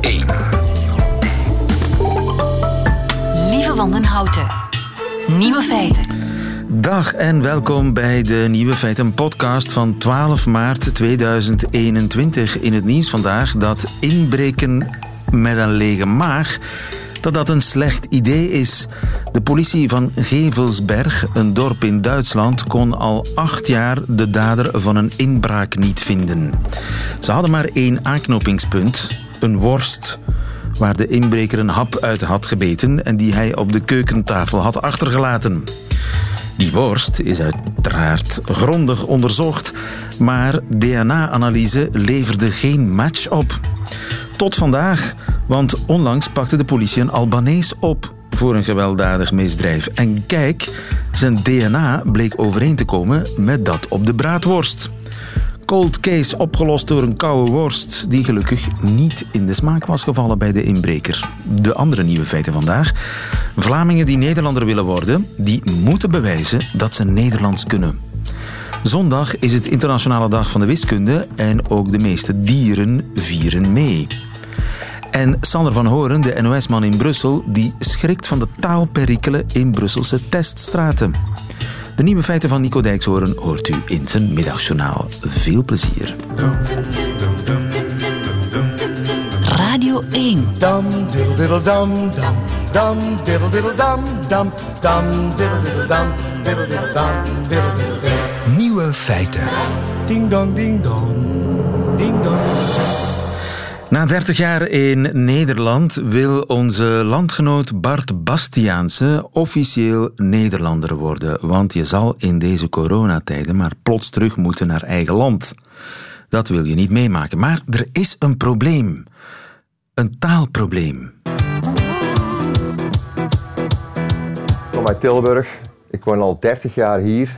1. Lieve Wandenhouten. Nieuwe feiten. Dag en welkom bij de Nieuwe Feiten podcast van 12 maart 2021. In het nieuws vandaag dat inbreken met een lege maag, dat een slecht idee is. De politie van Gevelsberg, een dorp in Duitsland, kon al 8 jaar de dader van een inbraak niet vinden. Ze hadden maar 1 aanknopingspunt, een worst, waar de inbreker een hap uit had gebeten en die hij op de keukentafel had achtergelaten. Die worst is uiteraard grondig onderzocht, maar DNA-analyse leverde geen match op. Tot vandaag, want onlangs pakte de politie een Albanees op voor een gewelddadig misdrijf. En kijk, zijn DNA bleek overeen te komen met dat op de braadworst. Cold case opgelost door een koude worst die gelukkig niet in de smaak was gevallen bij de inbreker. De andere nieuwe feiten vandaag. Vlamingen die Nederlander willen worden, die moeten bewijzen dat ze Nederlands kunnen. Zondag is het Internationale Dag van de Wiskunde en ook de meeste dieren vieren mee. En Sander van Horen, de NOS-man in Brussel, die schrikt van de taalperikelen in Brusselse teststraten. De nieuwe feiten van Nico Dijkshoorn hoort u in zijn middagjournaal. Veel plezier. Radio 1. Dam diddle dam dam dam diddle dam dam dam diddle dam diddle dam diddle. Nieuwe feiten. Ding dong ding dong ding dong. Na 30 jaar in Nederland wil onze landgenoot Bart Bastiaanse officieel Nederlander worden. Want je zal in deze coronatijden maar plots terug moeten naar eigen land. Dat wil je niet meemaken. Maar er is een probleem. Een taalprobleem. Ik kom uit Tilburg. Ik woon al 30 jaar hier.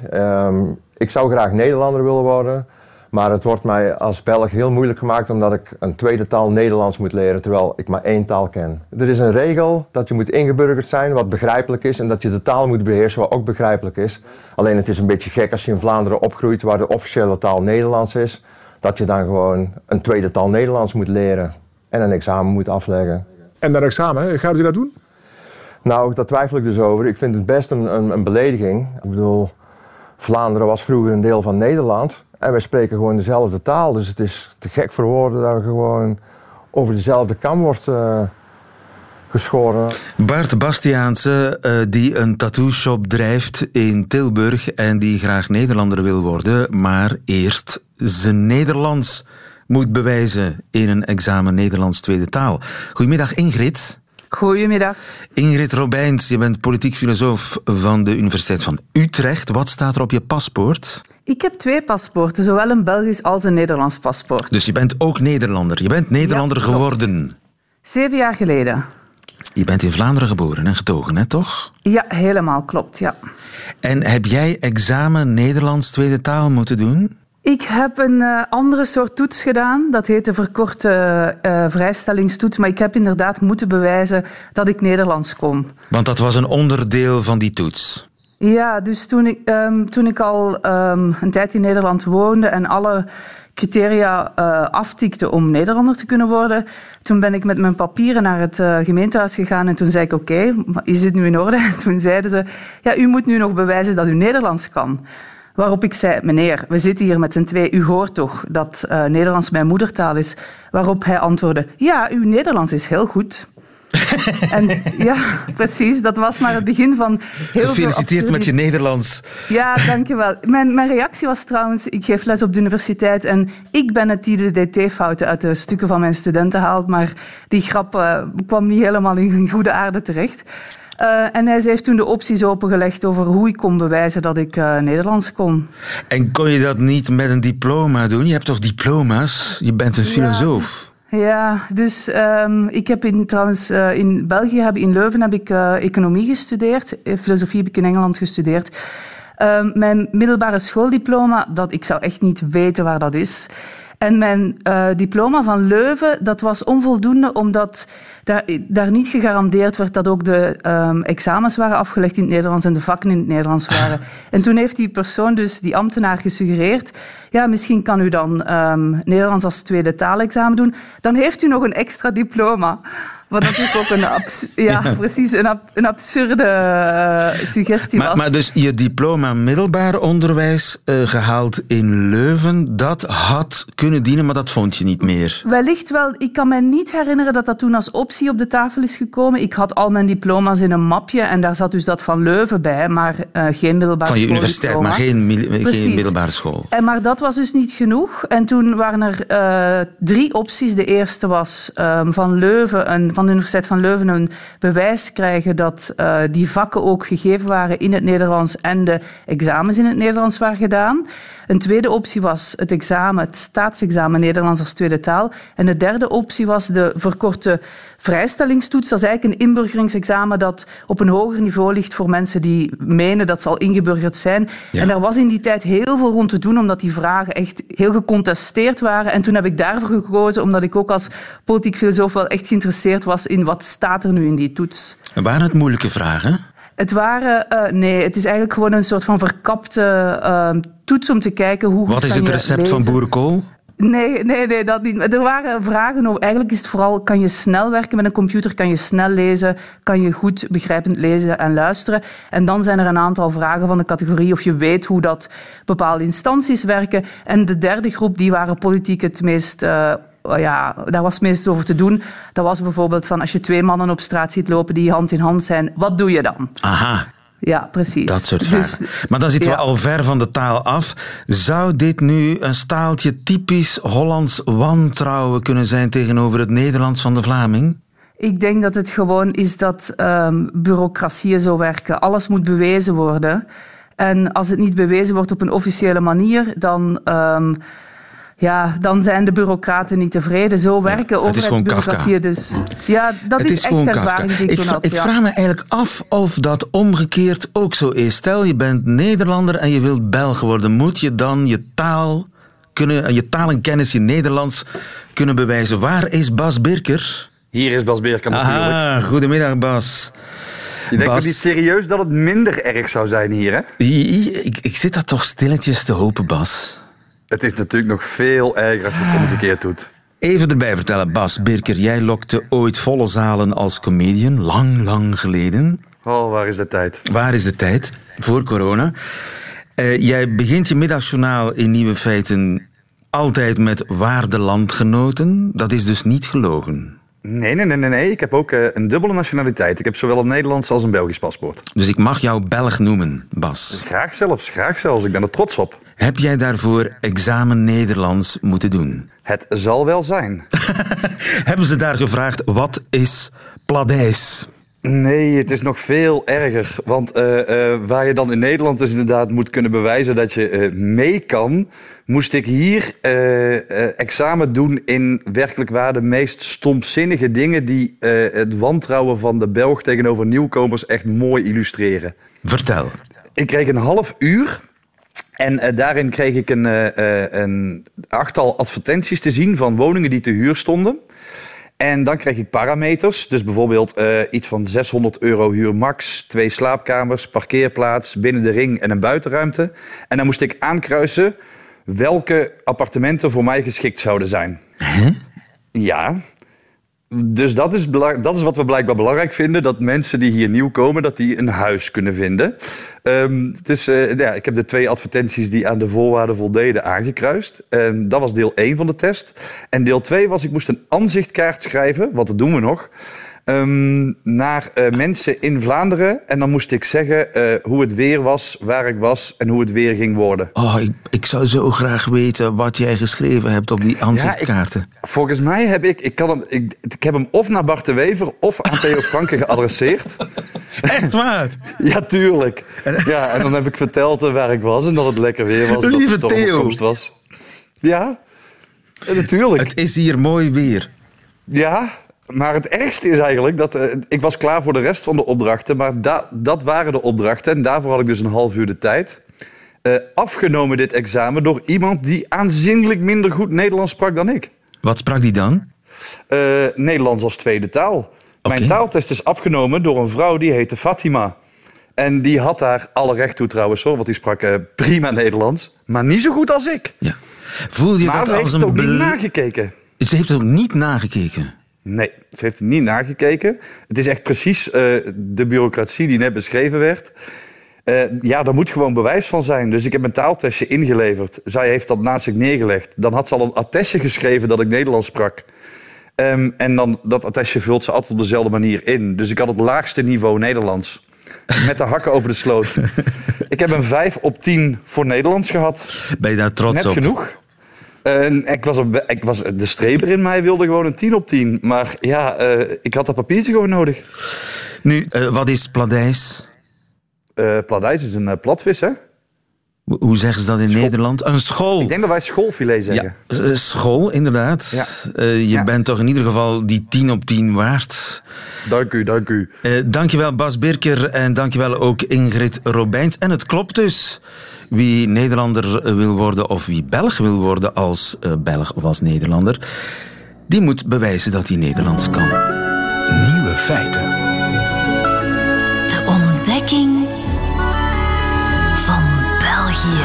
Ik zou graag Nederlander willen worden. Maar het wordt mij als Belg heel moeilijk gemaakt omdat ik een tweede taal Nederlands moet leren, terwijl ik maar 1 taal ken. Er is een regel dat je moet ingeburgerd zijn wat begrijpelijk is en dat je de taal moet beheersen wat ook begrijpelijk is. Alleen het is een beetje gek als je in Vlaanderen opgroeit waar de officiële taal Nederlands is, dat je dan gewoon een tweede taal Nederlands moet leren en een examen moet afleggen. En dat examen, gaat u dat doen? Nou, daar twijfel ik dus over. Ik vind het best een belediging. Ik bedoel, Vlaanderen was vroeger een deel van Nederland. En wij spreken gewoon dezelfde taal. Dus het is te gek voor woorden dat er gewoon over dezelfde kam wordt geschoren. Bart Bastiaanse, die een tattoo-shop drijft in Tilburg en die graag Nederlander wil worden, maar eerst zijn Nederlands moet bewijzen in een examen Nederlands tweede taal. Goedemiddag Ingrid. Goedemiddag. Ingrid Robijns, je bent politiek filosoof van de Universiteit van Utrecht. Wat staat er op je paspoort? Ik heb 2 paspoorten, zowel een Belgisch als een Nederlands paspoort. Dus je bent ook Nederlander. Je bent Nederlander geworden. 7 jaar geleden. Je bent in Vlaanderen geboren en getogen, hè, toch? Ja, helemaal, klopt, ja. En heb jij examen Nederlands tweede taal moeten doen? Ik heb een andere soort toets gedaan. Dat heet de verkorte vrijstellingstoets. Maar ik heb inderdaad moeten bewijzen dat ik Nederlands kon. Want dat was een onderdeel van die toets. Ja, dus toen ik al een tijd in Nederland woonde en alle criteria aftikte om Nederlander te kunnen worden, toen ben ik met mijn papieren naar het gemeentehuis gegaan en toen zei ik, oké, is dit nu in orde? En toen zeiden ze, ja, u moet nu nog bewijzen dat u Nederlands kan. Waarop ik zei, meneer, we zitten hier met z'n 2, u hoort toch dat Nederlands mijn moedertaal is? Waarop hij antwoordde, ja, uw Nederlands is heel goed. En ja, precies, dat was maar het begin van heel Gefeliciteerd met je Nederlands. Ja, dankjewel. Mijn reactie was trouwens, ik geef les op de universiteit en ik ben het die de dt-fouten uit de stukken van mijn studenten haalt, maar die grap kwam niet helemaal in goede aarde terecht. En hij heeft toen de opties opengelegd over hoe ik kon bewijzen dat ik Nederlands kon. En kon je dat niet met een diploma doen? Je hebt toch diploma's? Je bent een filosoof. Ja, dus ik heb in België, in Leuven, heb ik economie gestudeerd. Filosofie heb ik in Engeland gestudeerd. Mijn middelbare schooldiploma, ik zou echt niet weten waar dat is. En mijn diploma van Leuven, dat was onvoldoende omdat daar niet gegarandeerd werd dat ook de examens waren afgelegd in het Nederlands en de vakken in het Nederlands waren. En toen heeft die persoon, dus die ambtenaar, gesuggereerd, ja, misschien kan u dan Nederlands als tweede taalexamen doen. Dan heeft u nog een extra diploma. Wat natuurlijk ook een absurde suggestie was. Maar dus je diploma middelbaar onderwijs gehaald in Leuven, dat had kunnen dienen, maar dat vond je niet meer? Wellicht wel. Ik kan me niet herinneren dat dat toen als optie op de tafel is gekomen. Ik had al mijn diploma's in een mapje en daar zat dus dat van Leuven bij, maar geen middelbare school. Van je universiteit, maar geen middelbare school. Maar dat was dus niet genoeg. En toen waren er 3 opties. De eerste was van Leuven, van de Universiteit van Leuven, een bewijs krijgen dat die vakken ook gegeven waren in het Nederlands en de examens in het Nederlands waren gedaan. Een tweede optie was het examen, het staatsexamen Nederlands als tweede taal. En de derde optie was de verkorte vrijstellingstoets. Dat is eigenlijk een inburgeringsexamen dat op een hoger niveau ligt voor mensen die menen dat ze al ingeburgerd zijn. Ja. En daar was in die tijd heel veel rond te doen, omdat die vragen echt heel gecontesteerd waren. En toen heb ik daarvoor gekozen, omdat ik ook als politiek filosoof wel echt geïnteresseerd was in wat staat er nu in die toets. En waren het moeilijke vragen? Nee, het is eigenlijk gewoon een soort van verkapte toets om te kijken hoe goed Wat is het recept lezen. Van boerenkool? Nee, dat niet. Er waren vragen over. Eigenlijk is het vooral, kan je snel werken met een computer, kan je snel lezen, kan je goed begrijpend lezen en luisteren. En dan zijn er een aantal vragen van de categorie of je weet hoe dat bepaalde instanties werken. En de derde groep, die waren politiek het meest... daar was het meest over te doen. Dat was bijvoorbeeld van als je 2 mannen op straat ziet lopen die hand in hand zijn, wat doe je dan? Aha. Ja, precies. Dat soort vragen. Maar dan zitten we al ver van de taal af. Zou dit nu een staaltje typisch Hollands wantrouwen kunnen zijn tegenover het Nederlands van de Vlaming? Ik denk dat het gewoon is dat bureaucratieën zo werken. Alles moet bewezen worden. En als het niet bewezen wordt op een officiële manier, dan zijn de bureaucraten niet tevreden. Zo werken overheidsbureaucratieën dus. Ja, dat is echt ervaring die ik toen had. Ik vraag me eigenlijk af of dat omgekeerd ook zo is. Stel, je bent Nederlander en je wilt Belg worden. Moet je dan je talenkennis, je Nederlands kunnen bewijzen? Waar is Bas Birker? Hier is Bas Birker natuurlijk. Ah, goedemiddag Bas. Je denkt toch niet serieus dat het minder erg zou zijn hier, hè? Ik zit daar toch stilletjes te hopen, Bas. Het is natuurlijk nog veel erger als je het omgekeerd doet. Even erbij vertellen, Bas Birker. Jij lokte ooit volle zalen als comedian, lang geleden. Oh, waar is de tijd? Waar is de tijd? Voor corona. Jij begint je middagjournaal in Nieuwe Feiten altijd met waarde landgenoten. Dat is dus niet gelogen. Nee. Ik heb ook een dubbele nationaliteit. Ik heb zowel een Nederlands als een Belgisch paspoort. Dus ik mag jou Belg noemen, Bas. Graag zelfs. Ik ben er trots op. Heb jij daarvoor examen Nederlands moeten doen? Het zal wel zijn. Hebben ze daar gevraagd, wat is pladijs? Nee, het is nog veel erger. Want waar je dan in Nederland dus inderdaad moet kunnen bewijzen dat je mee kan, moest ik hier examen doen in werkelijk waar de meest stomzinnige dingen die het wantrouwen van de Belg tegenover nieuwkomers echt mooi illustreren. Vertel. Ik kreeg een half uur. En daarin kreeg ik een 8-tal advertenties te zien van woningen die te huur stonden. En dan kreeg ik parameters. Dus bijvoorbeeld iets van €600 huur max, 2 slaapkamers, parkeerplaats, binnen de ring en een buitenruimte. En dan moest ik aankruisen welke appartementen voor mij geschikt zouden zijn. Huh? Ja. Dus dat is wat we blijkbaar belangrijk vinden. Dat mensen die hier nieuw komen, dat die een huis kunnen vinden. Ik heb de 2 advertenties die aan de voorwaarden voldeden aangekruist. Dat was deel 1 van de test. En deel 2 was, ik moest een aanzichtkaart schrijven, want dat doen we nog, naar mensen in Vlaanderen. En dan moest ik zeggen hoe het weer was, waar ik was en hoe het weer ging worden. Oh, ik zou zo graag weten wat jij geschreven hebt op die aanzichtkaarten. Volgens mij heb ik heb hem of naar Bart de Wever of aan Theo Franke geadresseerd. Echt waar? Ja, tuurlijk. Ja, en dan heb ik verteld waar ik was en dat het lekker weer was. Lieve dat de stormopkomst was. Ja, natuurlijk. Het is hier mooi weer. Ja, maar het ergste is eigenlijk dat ik was klaar voor de rest van de opdrachten, maar dat waren de opdrachten en daarvoor had ik dus een half uur de tijd. afgenomen, dit examen, door iemand die aanzienlijk minder goed Nederlands sprak dan ik. Wat sprak die dan? Nederlands als tweede taal. Mijn taaltest is afgenomen door een vrouw die heette Fatima. En die had daar alle recht toe trouwens, hoor, want die sprak prima Nederlands. Maar niet zo goed als ik. Ja. Voel je maar dat ze als heeft een het ook niet nagekeken. Ze heeft het ook niet nagekeken? Nee, ze heeft het niet nagekeken. Het is echt precies de bureaucratie die net beschreven werd. Daar moet gewoon bewijs van zijn. Dus ik heb mijn taaltestje ingeleverd. Zij heeft dat naast zich neergelegd. Dan had ze al een attestje geschreven dat ik Nederlands sprak. En dan dat attestje vult ze altijd op dezelfde manier in. Dus ik had het laagste niveau Nederlands. Met de hakken over de sloot. Ik heb een 5 op 10 voor Nederlands gehad. Ben je daar trots Net op? genoeg. De streber in mij wilde gewoon een 10 op 10. Maar ja, ik had dat papiertje gewoon nodig. Nu, wat is pladijs? Pladijs is een platvis, hè? Hoe zeggen ze dat in Nederland? Een school. Ik denk dat wij schoolfilet zeggen. Ja, school, inderdaad. Ja. Je bent toch in ieder geval die 10 op 10 waard. Dank u, dank u. Dankjewel Bas Birker en dankjewel ook Ingrid Robijns. En het klopt dus. Wie Nederlander wil worden of wie Belg wil worden als Belg of als Nederlander, die moet bewijzen dat hij Nederlands kan. Nieuwe feiten. De ontdekking van België.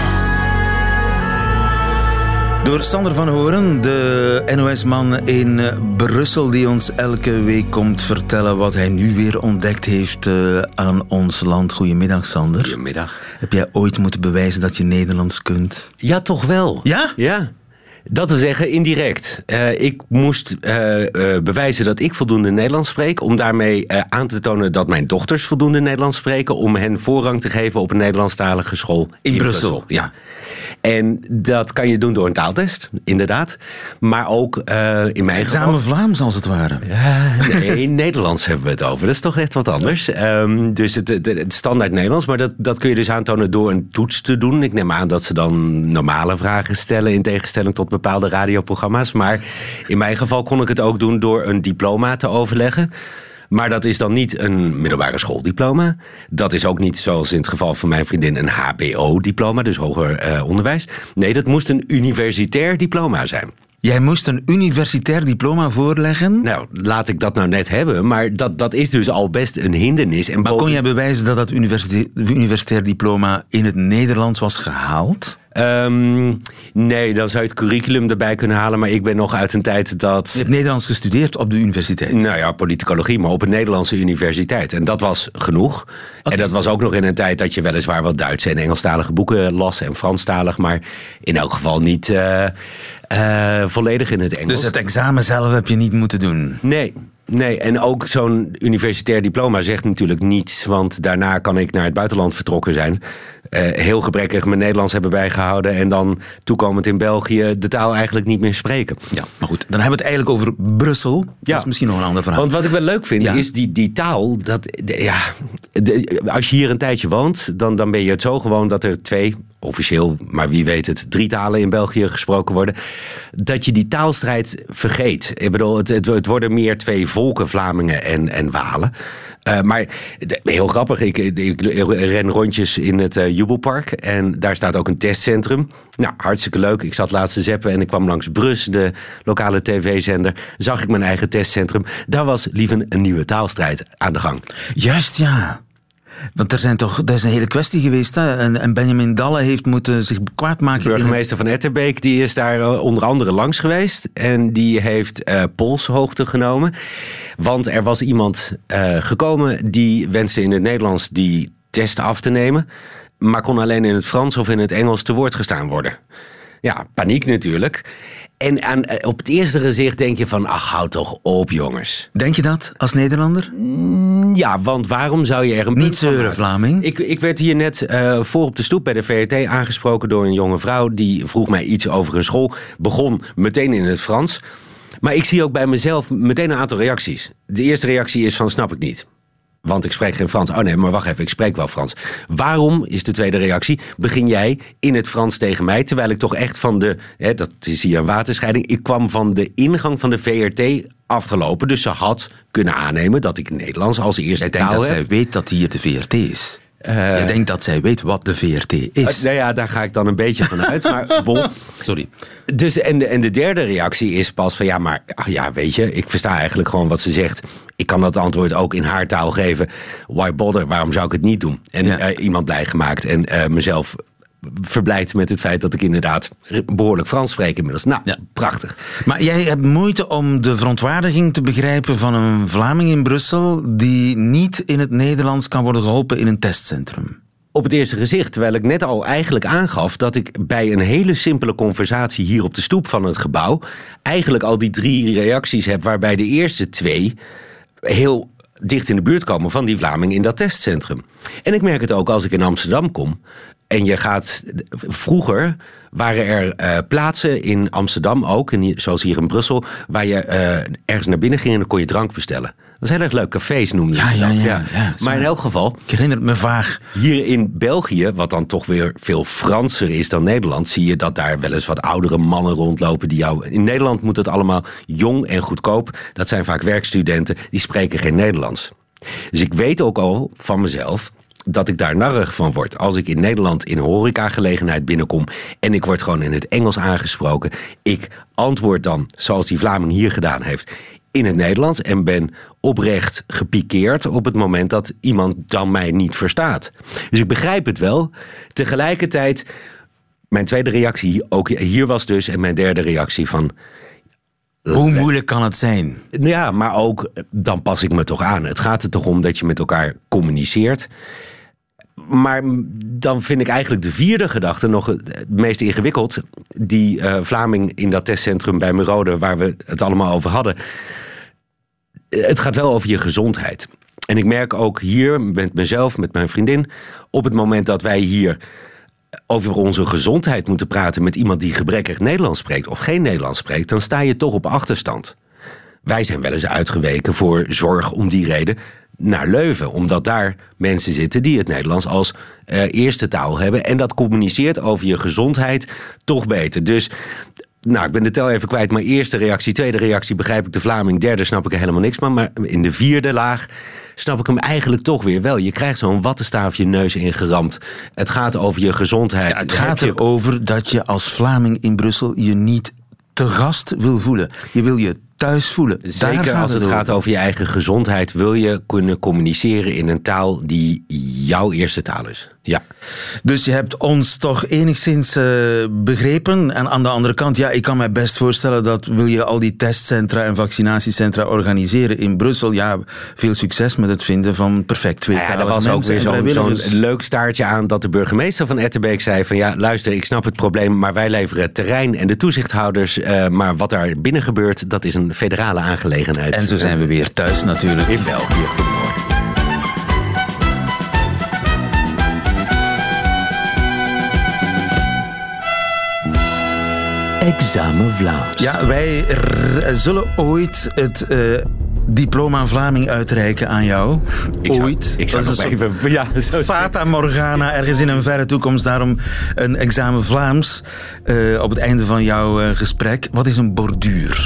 Door Sander van Horen, de NOS-man in Brussel, die ons elke week komt vertellen wat hij nu weer ontdekt heeft aan ons land. Goedemiddag, Sander. Goedemiddag. Heb jij ooit moeten bewijzen dat je Nederlands kunt? Ja, toch wel. Ja? Ja. Dat wil zeggen, indirect. Ik moest bewijzen dat ik voldoende Nederlands spreek, om daarmee aan te tonen dat mijn dochters voldoende Nederlands spreken, om hen voorrang te geven op een Nederlandstalige school in Brussel. Ja. En dat kan je doen door een taaltest, inderdaad. Maar ook in mijn geval... Examen Vlaams, als het ware. Nee, Nederlands hebben we het over. Dat is toch echt wat anders. Dus het standaard Nederlands. Maar dat kun je dus aantonen door een toets te doen. Ik neem aan dat ze dan normale vragen stellen in tegenstelling tot bepaalde radioprogramma's. Maar in mijn geval kon ik het ook doen door een diploma te overleggen. Maar dat is dan niet een middelbare schooldiploma. Dat is ook niet, zoals in het geval van mijn vriendin, een HBO-diploma, dus hoger onderwijs. Nee, dat moest een universitair diploma zijn. Jij moest een universitair diploma voorleggen? Nou, laat ik dat nou net hebben, maar dat is dus al best een hindernis. En maar kon jij bewijzen dat dat universitair diploma in het Nederlands was gehaald? Nee, dan zou je het curriculum erbij kunnen halen, maar ik ben nog uit een tijd dat... Je hebt Nederlands gestudeerd op de universiteit? Nou ja, politicologie, maar op een Nederlandse universiteit. En dat was genoeg. Okay. En dat was ook nog in een tijd dat je weliswaar wat Duitse en Engelstalige boeken las en Franstalig, maar in elk geval niet volledig in het Engels. Dus het examen zelf heb je niet moeten doen? Nee, en ook zo'n universitair diploma zegt natuurlijk niets, want daarna kan ik naar het buitenland vertrokken zijn. Heel gebrekkig mijn Nederlands hebben bijgehouden en dan toekomend in België de taal eigenlijk niet meer spreken. Ja, maar goed, dan hebben we het eigenlijk over Brussel. Dat is misschien nog een ander verhaal. Want wat ik wel leuk vind is die taal, als je hier een tijdje woont, dan ben je het zo gewoon dat er 2, officieel, maar wie weet het, 3 talen in België gesproken worden, dat je die taalstrijd vergeet. Ik bedoel, het worden meer 2 volken, Vlamingen en Walen. Maar heel grappig, ik ren rondjes in het Jubelpark en daar staat ook een testcentrum. Nou, hartstikke leuk. Ik zat laatst te zappen en ik kwam langs Brus, de lokale tv-zender. Zag ik mijn eigen testcentrum. Daar was liever een nieuwe taalstrijd aan de gang. Juist, ja. Want dat is een hele kwestie geweest. Hè? En Benjamin Dalle heeft moeten zich kwaad maken. De burgemeester van Etterbeek die is daar onder andere langs geweest. En die heeft polshoogte genomen. Want er was iemand gekomen die wenste in het Nederlands die test af te nemen. Maar kon alleen in het Frans of in het Engels te woord gestaan worden. Ja, paniek natuurlijk. En op het eerste gezicht denk je van, ach, houd toch op, jongens. Denk je dat, als Nederlander? Ja, want waarom zou je er een niet zeuren, Vlaming? Ik werd hier net voor op de stoep bij de VRT aangesproken door een jonge vrouw. Die vroeg mij iets over een school. Begon meteen in het Frans. Maar ik zie ook bij mezelf meteen een aantal reacties. De eerste reactie is van, snap ik niet. Want ik spreek geen Frans. Oh nee, maar wacht even, ik spreek wel Frans. Waarom, is de tweede reactie, begin jij in het Frans tegen mij? Terwijl ik toch echt van dat is hier een waterscheiding. Ik kwam van de ingang van de VRT afgelopen. Dus ze had kunnen aannemen dat ik Nederlands als eerste taal heb. Ik denk dat zij weet dat hier de VRT is. Je denkt dat zij weet wat de VRT is. Nou ja, daar ga ik dan een beetje van uit. Maar bon. Sorry. Dus, en de derde reactie is pas van... weet je, ik versta eigenlijk gewoon wat ze zegt. Ik kan dat antwoord ook in haar taal geven. Why bother? Waarom zou ik het niet doen? En iemand blij gemaakt en mezelf verblijd met het feit dat ik inderdaad behoorlijk Frans spreek inmiddels. Nou, prachtig. Maar jij hebt moeite om de verontwaardiging te begrijpen van een Vlaming in Brussel die niet in het Nederlands kan worden geholpen in een testcentrum. Op het eerste gezicht, terwijl ik net al eigenlijk aangaf dat ik bij een hele simpele conversatie hier op de stoep van het gebouw eigenlijk al die 3 reacties heb, waarbij de eerste 2 heel dicht in de buurt komen van die Vlaming in dat testcentrum. En ik merk het ook als ik in Amsterdam kom. En je gaat... Vroeger waren er plaatsen in Amsterdam ook, zoals hier in Brussel, waar je ergens naar binnen ging en dan kon je drank bestellen. Dat is heel erg leuk. Cafés noemden ze dat. Ja. Maar in elk geval... Ik herinner het me vaag. Hier in België, wat dan toch weer veel Franser is dan Nederland, zie je dat daar wel eens wat oudere mannen rondlopen die jou... In Nederland moet het allemaal jong en goedkoop. Dat zijn vaak werkstudenten, die spreken geen Nederlands. Dus ik weet ook al van mezelf dat ik daar narrig van word. Als ik in Nederland in een horecagelegenheid binnenkom en ik word gewoon in het Engels aangesproken. Ik antwoord dan, zoals die Vlaming hier gedaan heeft, in het Nederlands en ben oprecht gepikeerd op het moment dat iemand dan mij niet verstaat. Dus ik begrijp het wel. Tegelijkertijd, mijn tweede reactie ook hier was dus, en mijn derde reactie van... Hoe moeilijk kan het zijn? Ja, maar ook, dan pas ik me toch aan. Het gaat er toch om dat je met elkaar communiceert. Maar dan vind ik eigenlijk de vierde gedachte nog het meest ingewikkeld. Die Vlaming in dat testcentrum bij Merode, waar we het allemaal over hadden. Het gaat wel over je gezondheid. En ik merk ook hier met mezelf, met mijn vriendin, op het moment dat wij hier over onze gezondheid moeten praten met iemand die gebrekkig Nederlands spreekt of geen Nederlands spreekt, dan sta je toch op achterstand. Wij zijn wel eens uitgeweken voor zorg om die reden naar Leuven, omdat daar mensen zitten die het Nederlands als eerste taal hebben en dat communiceert over je gezondheid toch beter. Dus ik ben de tel even kwijt. Mijn eerste reactie, tweede reactie begrijp ik de Vlaming. Derde snap ik er helemaal niks van. Maar in de vierde laag snap ik hem eigenlijk toch weer wel. Je krijgt zo'n wattenstaaf je neus ingeramd. Het gaat over je gezondheid. Ja, het gaat erover dat je als Vlaming in Brussel je niet te gast wil voelen. Je wil je thuis voelen. Zeker als het gaat over je eigen gezondheid, wil je kunnen communiceren in een taal die jouw eerste taal is. Ja. Dus je hebt ons toch enigszins begrepen. En aan de andere kant, ik kan me best voorstellen dat wil je al die testcentra en vaccinatiecentra organiseren in Brussel. Ja, veel succes met het vinden van perfect tweetalige mensen. Er was ook weer zo'n leuk staartje aan dat de burgemeester van Etterbeek zei van luister, ik snap het probleem, maar wij leveren het terrein en de toezichthouders. Maar wat daar binnen gebeurt, dat is een federale aangelegenheid. En zo zijn we weer thuis natuurlijk. In België. Goedemorgen. Examen Vlaams. Ja, wij zullen ooit het diploma Vlaming uitreiken aan jou. Ik zou nog even... Ja, Fata Morgana, ergens in een verre toekomst. Daarom een examen Vlaams op het einde van jouw gesprek. Wat is een borduur?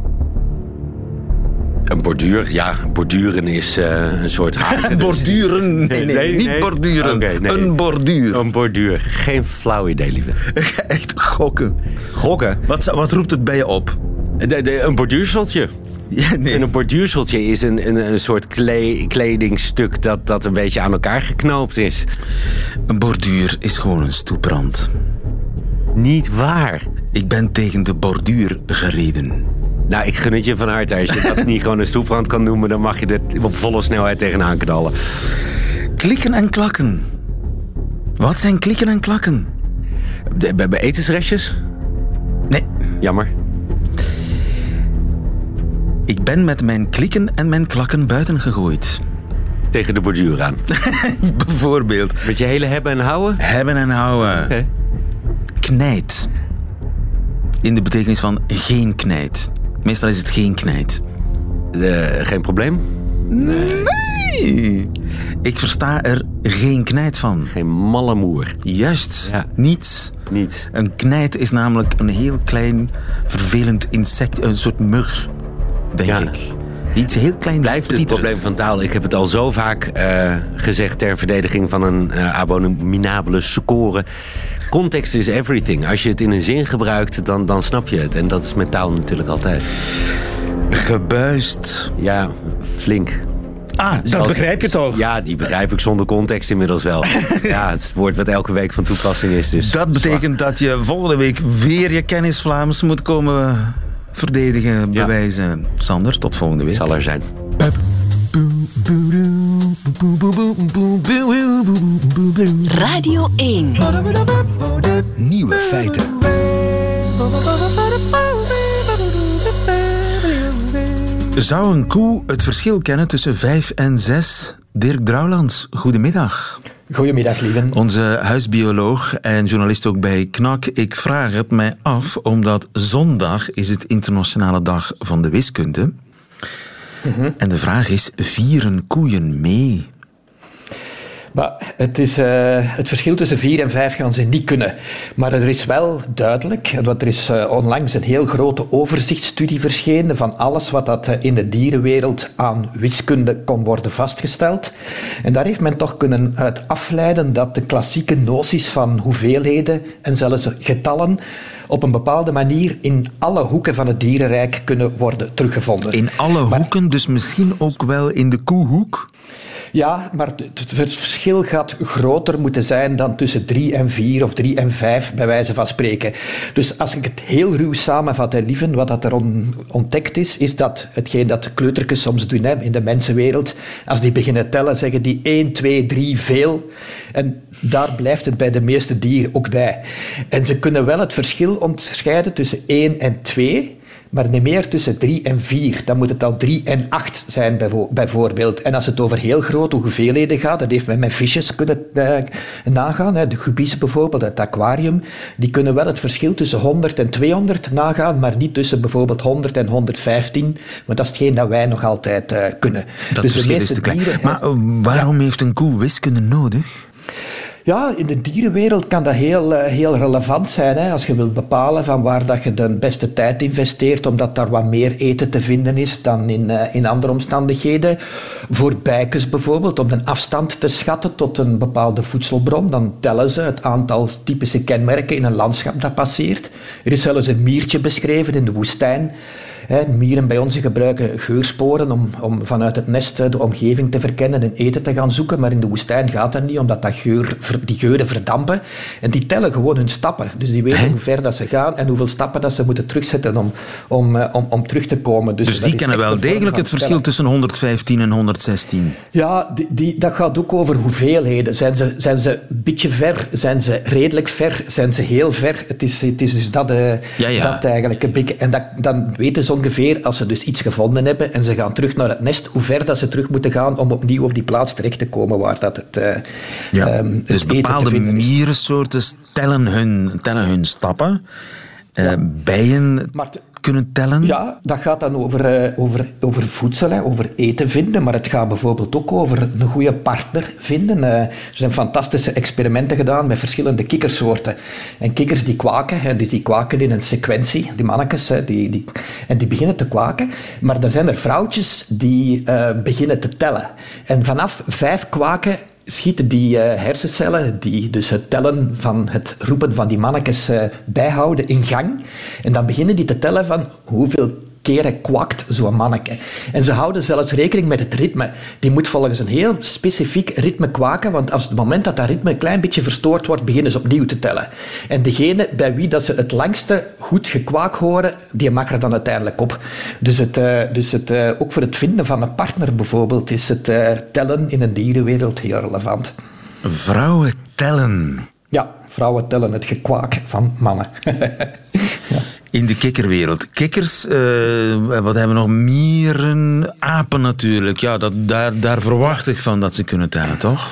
Een borduur? Ja, borduren is een soort haken. Borduren? Nee, niet borduren. Okay, nee. Een borduur. Een borduur. Geen flauw idee, lieve. Echt gokken. Gokken? Wat roept het bij je op? Een borduurseltje. Ja, nee. En een borduurseltje is een soort kledingstuk dat een beetje aan elkaar geknoopt is. Een borduur is gewoon een stoeprand. Niet waar. Ik ben tegen de borduur gereden. Nou, ik gun het je van harte. Als je dat niet gewoon een stoeprand kan noemen, dan mag je er op volle snelheid tegenaan knallen. Klikken en klakken. Wat zijn klikken en klakken? Bij etensrestjes? Nee. Jammer. Ik ben met mijn klikken en mijn klakken buiten gegooid. Tegen de borduur aan? Bijvoorbeeld. Met je hele hebben en houden? Hebben en houden. Okay. Knijt. In de betekenis van geen knijt. Meestal is het geen knijt. Geen probleem? Nee. Ik versta er geen knijt van. Geen malle moer. Juist. Ja. Niets. Een knijt is namelijk een heel klein, vervelend insect. Een soort mug, denk ik. Iets heel klein. Blijft het probleem van taal. Ik heb het al zo vaak gezegd ter verdediging van een abominabele score. Context is everything. Als je het in een zin gebruikt, dan snap je het. En dat is met taal natuurlijk altijd. Gebuist. Ja, flink. Dat begrijp je toch? Ja, die begrijp ik zonder context inmiddels wel. Ja, het woord wat elke week van toepassing is. Dus dat betekent dat je volgende week weer je kennis Vlaams moet komen verdedigen, bewijzen. Sander, tot volgende week. Zal er zijn. Radio 1. Nieuwe feiten. Zou een koe het verschil kennen tussen 5 en 6? Dirk Drouwlands, goedemiddag. Goedemiddag, lieven. Onze huisbioloog en journalist ook bij KNAK. Ik vraag het mij af, omdat zondag is het Internationale Dag van de Wiskunde. Mm-hmm. En de vraag is, vieren koeien mee? Maar het verschil tussen 4 en 5 gaan ze niet kunnen. Maar er is wel duidelijk, want er is onlangs een heel grote overzichtsstudie verschenen van alles wat dat in de dierenwereld aan wiskunde kon worden vastgesteld. En daar heeft men toch kunnen uit afleiden dat de klassieke noties van hoeveelheden en zelfs getallen op een bepaalde manier in alle hoeken van het dierenrijk kunnen worden teruggevonden. In alle hoeken, dus misschien ook wel in de koehoek? Ja, maar het verschil gaat groter moeten zijn dan tussen 3 en 4 of 3 en 5, bij wijze van spreken. Dus als ik het heel ruw samenvat, lieven, wat dat er ontdekt is dat hetgeen dat kleutertjes soms doen in de mensenwereld, als die beginnen tellen, zeggen die 1, 2, 3, veel. En daar blijft het bij de meeste dieren ook bij. En ze kunnen wel het verschil onderscheiden tussen 1 en 2... maar niet meer tussen 3 en 4. Dan moet het al 3 en 8 zijn, bijvoorbeeld. En als het over heel grote hoeveelheden gaat, dat heeft men met visjes kunnen nagaan. De gubi's bijvoorbeeld, het aquarium, die kunnen wel het verschil tussen 100 en 200 nagaan, maar niet tussen bijvoorbeeld 100 en 115. Want dat is hetgeen dat wij nog altijd kunnen. Dat dus verschil is te klein. Maar waarom heeft een koe wiskunde nodig? Ja, in de dierenwereld kan dat heel relevant zijn. Hè? Als je wilt bepalen van waar dat je de beste tijd investeert, omdat daar wat meer eten te vinden is dan in andere omstandigheden. Voor bijkens bijvoorbeeld, om de afstand te schatten tot een bepaalde voedselbron, dan tellen ze het aantal typische kenmerken in een landschap dat passeert. Er is zelfs een miertje beschreven in de woestijn. Mieren bij ons gebruiken geursporen om vanuit het nest de omgeving te verkennen en eten te gaan zoeken, maar in de woestijn gaat dat niet, omdat die geuren verdampen. En die tellen gewoon hun stappen. Dus die weten hoe ver dat ze gaan en hoeveel stappen dat ze moeten terugzetten om terug te komen. Dus die kennen wel degelijk het verschil tussen 115 en 116? Ja, dat gaat ook over hoeveelheden. Zijn ze een beetje ver? Zijn ze redelijk ver? Zijn ze heel ver? Het is dus dat eigenlijk een beetje. En dan weten ze ongeveer, als ze dus iets gevonden hebben en ze gaan terug naar het nest, hoe ver dat ze terug moeten gaan om opnieuw op die plaats terecht te komen waar dat het dus bepaalde mierensoorten tellen hun stappen. Bijen kunnen tellen? Ja, dat gaat dan over voedsel, over eten vinden, maar het gaat bijvoorbeeld ook over een goede partner vinden. Er zijn fantastische experimenten gedaan met verschillende kikkersoorten. En kikkers die kwaken, dus die kwaken in een sequentie, die mannetjes, en die beginnen te kwaken. Maar dan zijn er vrouwtjes die beginnen te tellen. En vanaf 5 kwaken schieten die hersencellen, die dus het tellen van het roepen van die mannetjes bijhouden, in gang. En dan beginnen die te tellen van hoeveel keren kwakt zo'n manneke. En ze houden zelfs rekening met het ritme. Die moet volgens een heel specifiek ritme kwaken, want als het moment dat ritme een klein beetje verstoord wordt, beginnen ze opnieuw te tellen. En degene bij wie dat ze het langste goed gekwaak horen, die mag er dan uiteindelijk op. Dus ook voor het vinden van een partner bijvoorbeeld is het tellen in een dierenwereld heel relevant. Vrouwen tellen? Ja, vrouwen tellen het gekwaak van mannen. Ja. In de kikkerwereld. Kikkers, wat hebben we nog? Mieren, apen natuurlijk. Ja, daar verwacht ik van dat ze kunnen tellen, toch?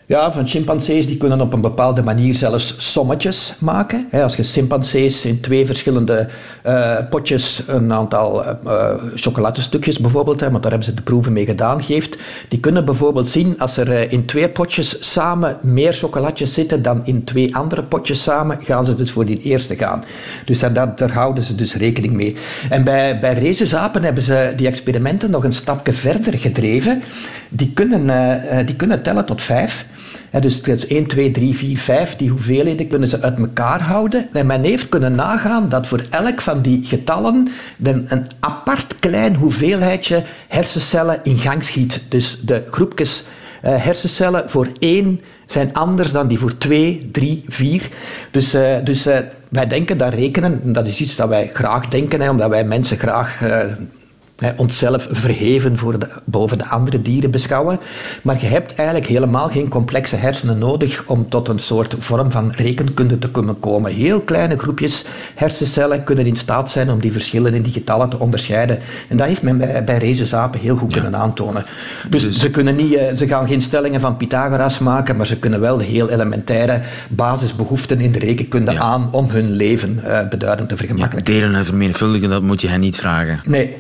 Ja, van chimpansees die kunnen op een bepaalde manier zelfs sommetjes maken. Als je chimpansees in 2 verschillende potjes een aantal chocoladestukjes bijvoorbeeld, want daar hebben ze de proeven mee gedaan, geeft, die kunnen bijvoorbeeld zien als er in 2 potjes samen meer chocoladjes zitten dan in 2 andere potjes samen, gaan ze dus voor die eerste gaan. Dus daar houden ze dus rekening mee. En bij rhesusapen hebben ze die experimenten nog een stapje verder gedreven. Die kunnen tellen tot 5. Dus 1, 2, 3, 4, 5, die hoeveelheden kunnen ze uit elkaar houden. En men heeft kunnen nagaan dat voor elk van die getallen een apart klein hoeveelheidje hersencellen in gang schiet. Dus de groepjes hersencellen voor 1 zijn anders dan die voor 2, 3, 4. Dus wij denken dat rekenen, dat is iets dat wij graag denken, omdat wij mensen graag onszelf verheven boven de andere dieren beschouwen. Maar je hebt eigenlijk helemaal geen complexe hersenen nodig om tot een soort vorm van rekenkunde te kunnen komen. Heel kleine groepjes hersencellen kunnen in staat zijn om die verschillen in die getallen te onderscheiden. En dat heeft men bij rhesusapen heel goed kunnen aantonen. Dus ze gaan geen stellingen van Pythagoras maken, maar ze kunnen wel heel elementaire basisbehoeften in de rekenkunde aan om hun leven beduidend te vergemakkelijken. Delen en vermenigvuldigen, dat moet je hen niet vragen. Nee.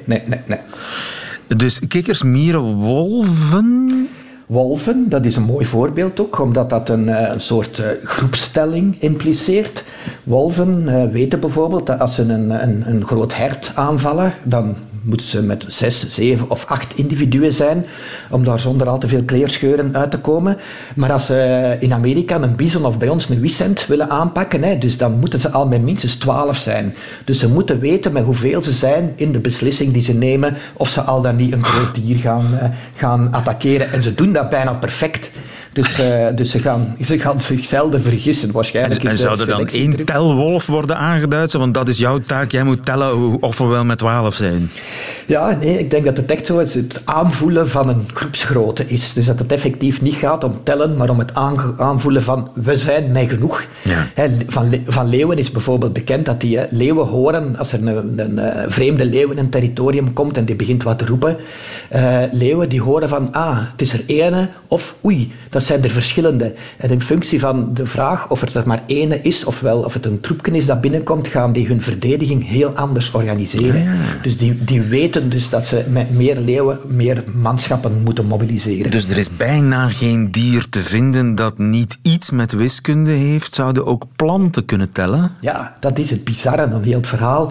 Dus kikkers, mieren, wolven? Wolven, dat is een mooi voorbeeld ook, omdat dat een soort groepstelling impliceert. Wolven weten bijvoorbeeld dat als ze een groot hert aanvallen, dan moeten ze met 6, 7 of 8 individuen zijn, om daar zonder al te veel kleerscheuren uit te komen. Maar als ze in Amerika een bison of bij ons een wisent willen aanpakken, dus dan moeten ze al met minstens 12 zijn. Dus ze moeten weten met hoeveel ze zijn in de beslissing die ze nemen, of ze al dan niet een groot dier gaan attackeren. En ze doen dat bijna perfect. Dus ze gaan zich zelden vergissen. Waarschijnlijk en zou er dan 1 telwolf worden aangeduid? Want dat is jouw taak. Jij moet tellen of we wel met 12 zijn. Ja, nee, ik denk dat het echt zo is. Het aanvoelen van een groepsgrootte is. Dus dat het effectief niet gaat om tellen, maar om het aanvoelen van we zijn met genoeg. Ja. Van leeuwen is bijvoorbeeld bekend dat die leeuwen horen als er een vreemde leeuw in een territorium komt en die begint wat te roepen. Leeuwen die horen van het is er ene of oei, dat zijn er verschillende. En in functie van de vraag of er maar ene is, ofwel of het een troepje is dat binnenkomt, gaan die hun verdediging heel anders organiseren. Ja. Dus die weten dus dat ze met meer leeuwen meer manschappen moeten mobiliseren. Dus er is bijna geen dier te vinden dat niet iets met wiskunde heeft. Zouden ook planten kunnen tellen? Ja, dat is het bizarre aan heel het verhaal.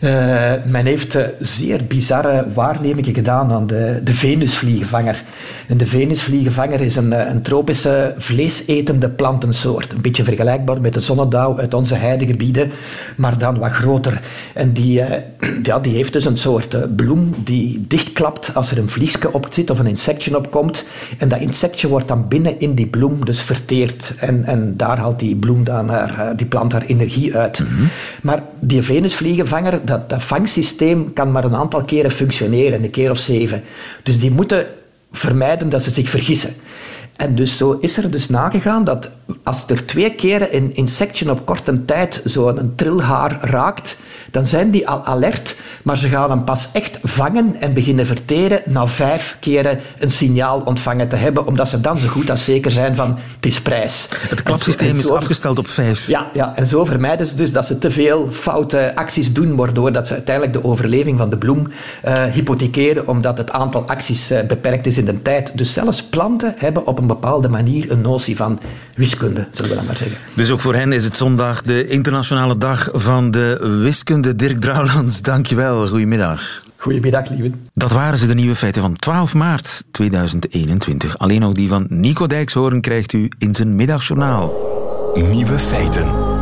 Men heeft zeer bizarre waarnemingen gedaan aan de venusvliegenvanger. En de venusvliegenvanger is een tropische vleesetende plantensoort. Een beetje vergelijkbaar met de zonnedauw uit onze heidegebieden, maar dan wat groter. En die heeft dus een soort bloem die dichtklapt als er een vliegje op zit of een insectje op komt. En dat insectje wordt dan binnen in die bloem dus verteerd. En daar haalt die bloem dan die plant haar energie uit. Mm-hmm. Maar die venusvliegenvanger, dat vangsysteem kan maar een aantal keren functioneren, een keer of 7. Dus die moeten vermijden dat ze zich vergissen. En dus zo is er dus nagegaan dat als er 2 keren een insectje op korte tijd zo'n trilhaar raakt, dan zijn die al alert, maar ze gaan hem pas echt vangen en beginnen verteren na 5 keren een signaal ontvangen te hebben, omdat ze dan zo goed als zeker zijn van het is prijs. Het klapsysteem is afgesteld op 5. Ja, en zo vermijden ze dus dat ze te veel foute acties doen, waardoor dat ze uiteindelijk de overleving van de bloem hypothekeren, omdat het aantal acties beperkt is in de tijd. Dus zelfs planten hebben op een bepaalde manier een notie van wiskunde, zullen we dat maar zeggen. Dus ook voor hen is het zondag de internationale dag van de wiskunde. Dirk Drouwlands, dankjewel. Goedemiddag. Goedemiddag, lieve. Dat waren ze, de nieuwe feiten van 12 maart 2021. Alleen ook die van Nico Dijkshoorn krijgt u in zijn middagjournaal. Nieuwe feiten.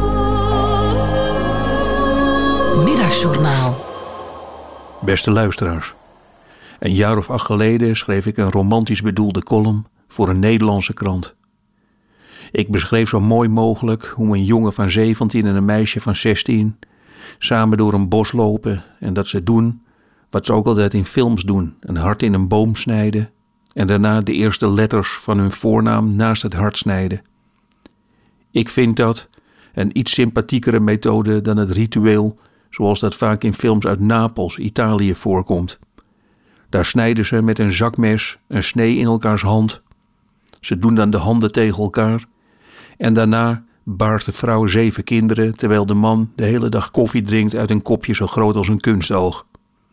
Middagjournaal. Beste luisteraars. Een jaar of 8 geleden schreef ik een romantisch bedoelde column voor een Nederlandse krant. Ik beschreef zo mooi mogelijk hoe een jongen van 17 en een meisje van 16... samen door een bos lopen en dat ze doen wat ze ook altijd in films doen. Een hart in een boom snijden en daarna de eerste letters van hun voornaam naast het hart snijden. Ik vind dat een iets sympathiekere methode dan het ritueel zoals dat vaak in films uit Napels, Italië voorkomt. Daar snijden ze met een zakmes een snee in elkaars hand. Ze doen dan de handen tegen elkaar. En daarna baart de vrouw 7 kinderen, terwijl de man de hele dag koffie drinkt uit een kopje zo groot als een kunstoog.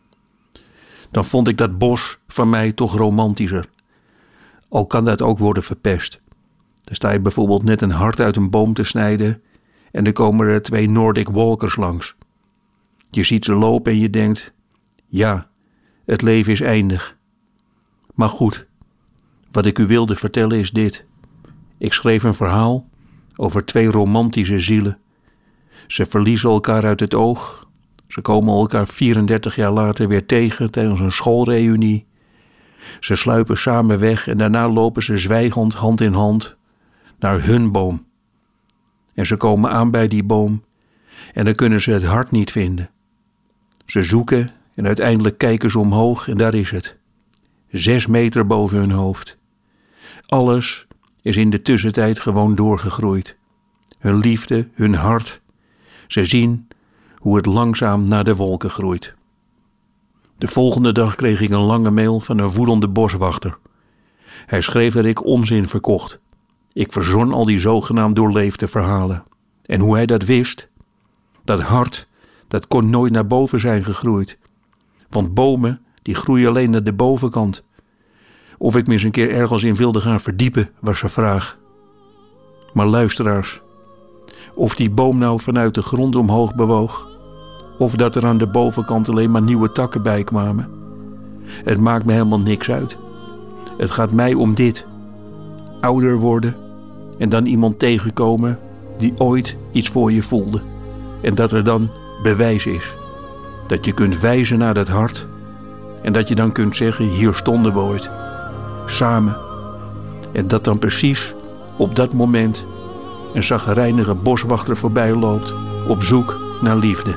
Dan vond ik dat bos van mij toch romantischer. Al kan dat ook worden verpest. Dan sta je bijvoorbeeld net een hart uit een boom te snijden en dan komen er 2 Nordic Walkers langs. Je ziet ze lopen en je denkt, ja, het leven is eindig. Maar goed, wat ik u wilde vertellen is dit. Ik schreef een verhaal over 2 romantische zielen. Ze verliezen elkaar uit het oog. Ze komen elkaar 34 jaar later weer tegen tijdens een schoolreunie. Ze sluipen samen weg en daarna lopen ze zwijgend hand in hand naar hun boom. En ze komen aan bij die boom en dan kunnen ze het hart niet vinden. Ze zoeken en uiteindelijk kijken ze omhoog en daar is het. 6 meter boven hun hoofd. Alles is in de tussentijd gewoon doorgegroeid. Hun liefde, hun hart. Ze zien hoe het langzaam naar de wolken groeit. De volgende dag kreeg ik een lange mail van een woedende boswachter. Hij schreef dat ik onzin verkocht. Ik verzon al die zogenaamd doorleefde verhalen. En hoe hij dat wist? Dat hart, dat kon nooit naar boven zijn gegroeid. Want bomen, die groeien alleen naar de bovenkant. Of ik me eens een keer ergens in wilde gaan verdiepen, was zijn vraag. Maar luisteraars, of die boom nou vanuit de grond omhoog bewoog, of dat er aan de bovenkant alleen maar nieuwe takken bij kwamen, het maakt me helemaal niks uit. Het gaat mij om dit. Ouder worden en dan iemand tegenkomen die ooit iets voor je voelde. En dat er dan bewijs is. Dat je kunt wijzen naar dat hart en dat je dan kunt zeggen, hier stonden we ooit. Samen. En dat dan precies op dat moment een chagrijnige boswachter voorbij loopt op zoek naar liefde.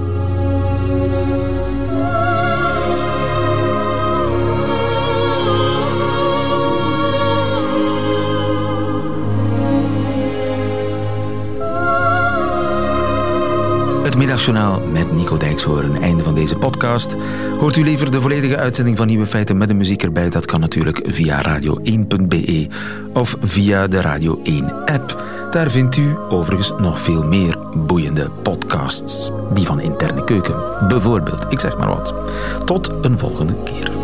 Het Middagjournaal met Nico Dijkshoorn. Einde van deze podcast. Hoort u liever de volledige uitzending van Nieuwe Feiten met de muziek erbij? Dat kan natuurlijk via radio1.be of via de Radio 1-app. Daar vindt u overigens nog veel meer boeiende podcasts. Die van Interne Keuken, bijvoorbeeld. Ik zeg maar wat. Tot een volgende keer.